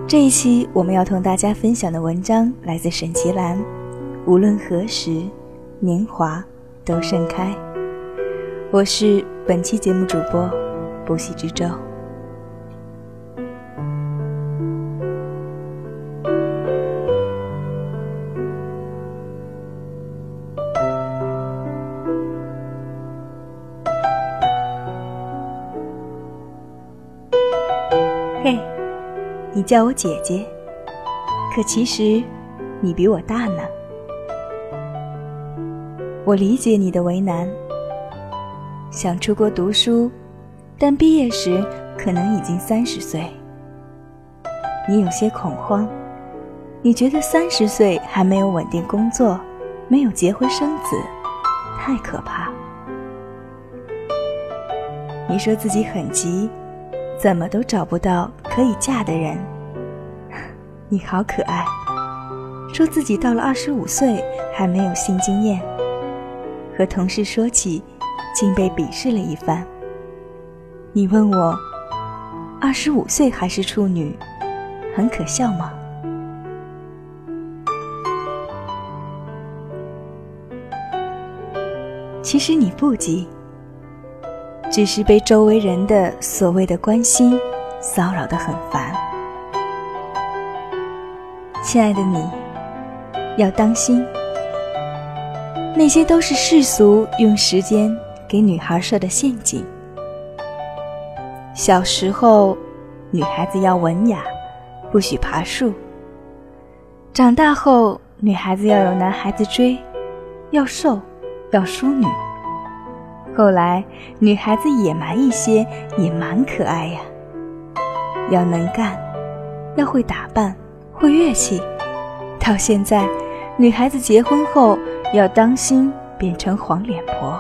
这一期我们要同大家分享的文章来自沈其兰，无论何时，年华都盛开。我是本期节目主播不息之舟。嘿，你叫我姐姐，可其实你比我大呢。我理解你的为难，想出国读书，但毕业时可能已经30岁。你有些恐慌，你觉得30岁还没有稳定工作，没有结婚生子，太可怕。你说自己很急，怎么都找不到可以嫁的人。你好可爱，说自己到了25岁还没有性经验，和同事说起竟被鄙视了一番。你问我25岁还是处女，很可笑吗？其实你不急，只是被周围人的所谓的关心骚扰得很烦。亲爱的你，要当心，那些都是世俗用时间给女孩设的陷阱。小时候，女孩子要文雅，不许爬树；长大后，女孩子要有男孩子追，要瘦，要淑女。后来，女孩子野蛮一些，也蛮可爱呀。要能干，要会打扮，会乐器。到现在，女孩子结婚后要当心变成黄脸婆。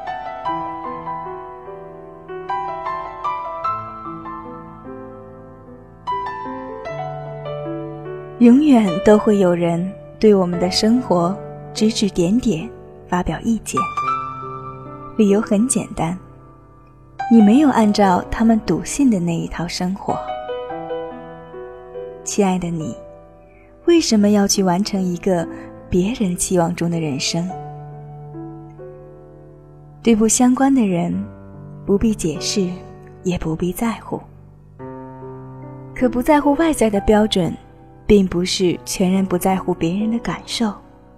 永远都会有人对我们的生活指指点点，发表意见。理由很简单，你没有按照他们笃信的那一套生活。亲爱的你，为什么要去完成一个别人期望中的人生？对不相关的人，不必解释，也不必在乎。可不在乎外在的标准，并不是全然不在乎别人的感受。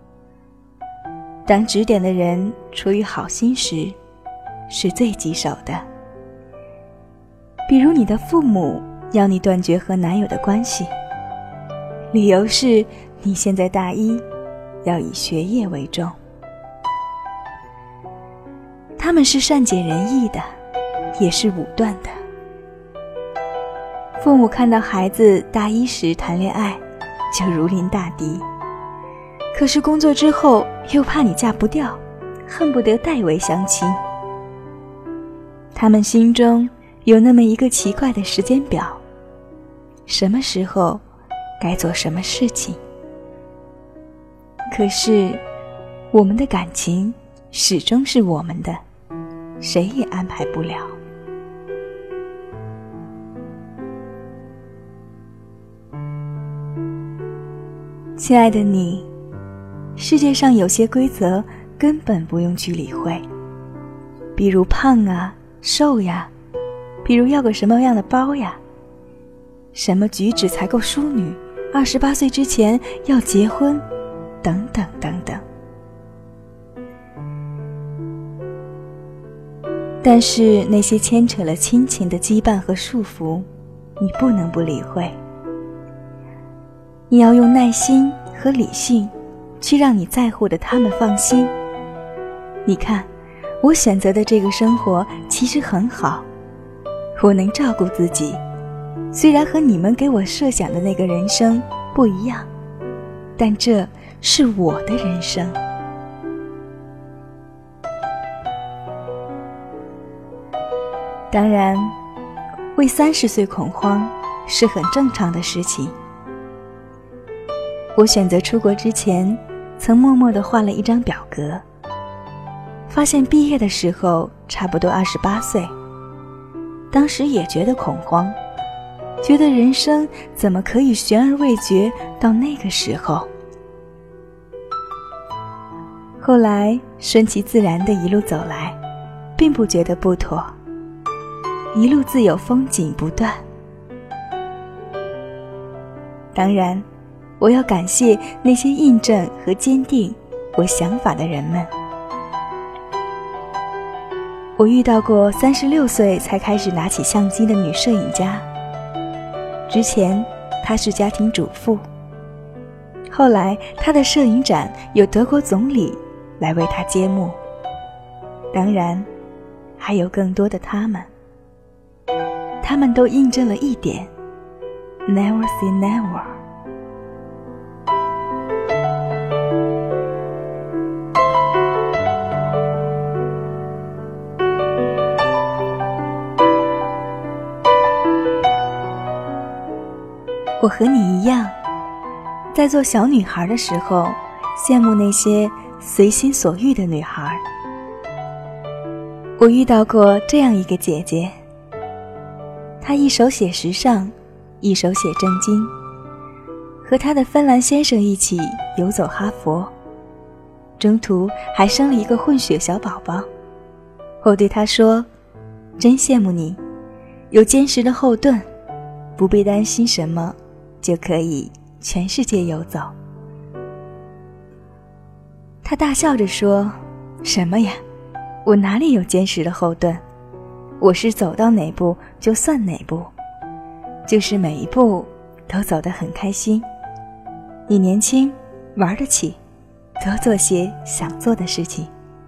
当指点的人出于好心时，是最棘手的。比如你的父母要你断绝和男友的关系，理由是你现在大一，要以学业为重。他们是善解人意的，也是武断的。父母看到孩子大一时谈恋爱，就如临大敌。可是工作之后，又怕你嫁不掉，恨不得代为相亲。他们心中有那么一个奇怪的时间表，什么时候该做什么事情。可是我们的感情始终是我们的，谁也安排不了。亲爱的你，世界上有些规则根本不用去理会，比如胖啊，瘦呀，比如要个什么样的包呀，什么举止才够淑女，28岁之前要结婚，等等等等。但是那些牵扯了亲情的羁绊和束缚，你不能不理会。你要用耐心和理性去让你在乎的他们放心。你看，我选择的这个生活其实很好，我能照顾自己，虽然和你们给我设想的那个人生不一样，但这是我的人生。当然，为30岁恐慌是很正常的事情。我选择出国之前，曾默默地画了一张表格，发现毕业的时候差不多28岁，当时也觉得恐慌， 觉得人生怎么可以悬而未决到那个时候。后来顺其自然地一路走来，并不觉得不妥，一路自有风景不断。当然，我要感谢那些印证和坚定我想法的人们。我遇到过36岁才开始拿起相机的女摄影家，之前她是家庭主妇，后来她的摄影展有德国总理来为她揭幕，当然还有更多的他们都印证了一点 Never say never。我和你一样，在做小女孩的时候，羡慕那些随心所欲的女孩。我遇到过这样一个姐姐，她一手写时尚，一手写正经，和她的芬兰先生一起游走哈佛，中途还生了一个混血小宝宝。我对她说，真羡慕你，有坚实的后盾，不必担心什么，就可以全世界游走。他大笑着说，什么呀，我哪里有坚实的后盾，我是走到哪步就算哪步，就是每一步都走得很开心。你年轻，玩得起，多做些想做的事情。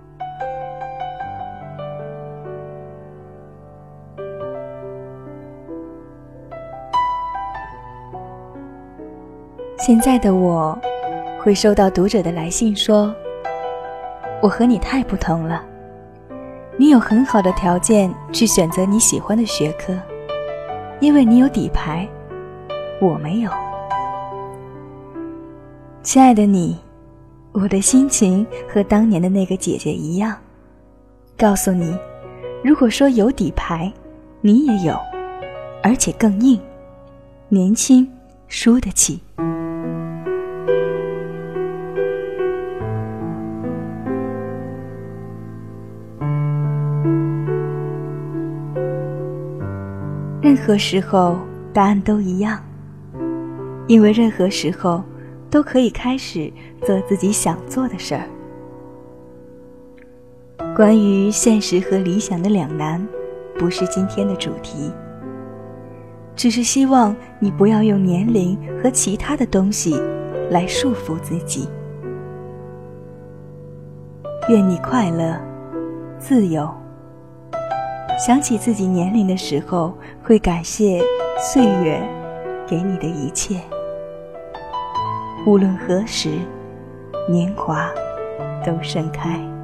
现在的我会收到读者的来信说，我和你太不同了，你有很好的条件去选择你喜欢的学科，因为你有底牌，我没有。亲爱的你，我的心情和当年的那个姐姐一样，告诉你，如果说有底牌，你也有，而且更硬，年轻，输得起。任何时候答案都一样，因为任何时候都可以开始做自己想做的事儿。关于现实和理想的两难，不是今天的主题，只是希望你不要用年龄和其他的东西来束缚自己。愿你快乐，自由。想起自己年龄的时候，会感谢岁月给你的一切。无论何时，年华都盛开。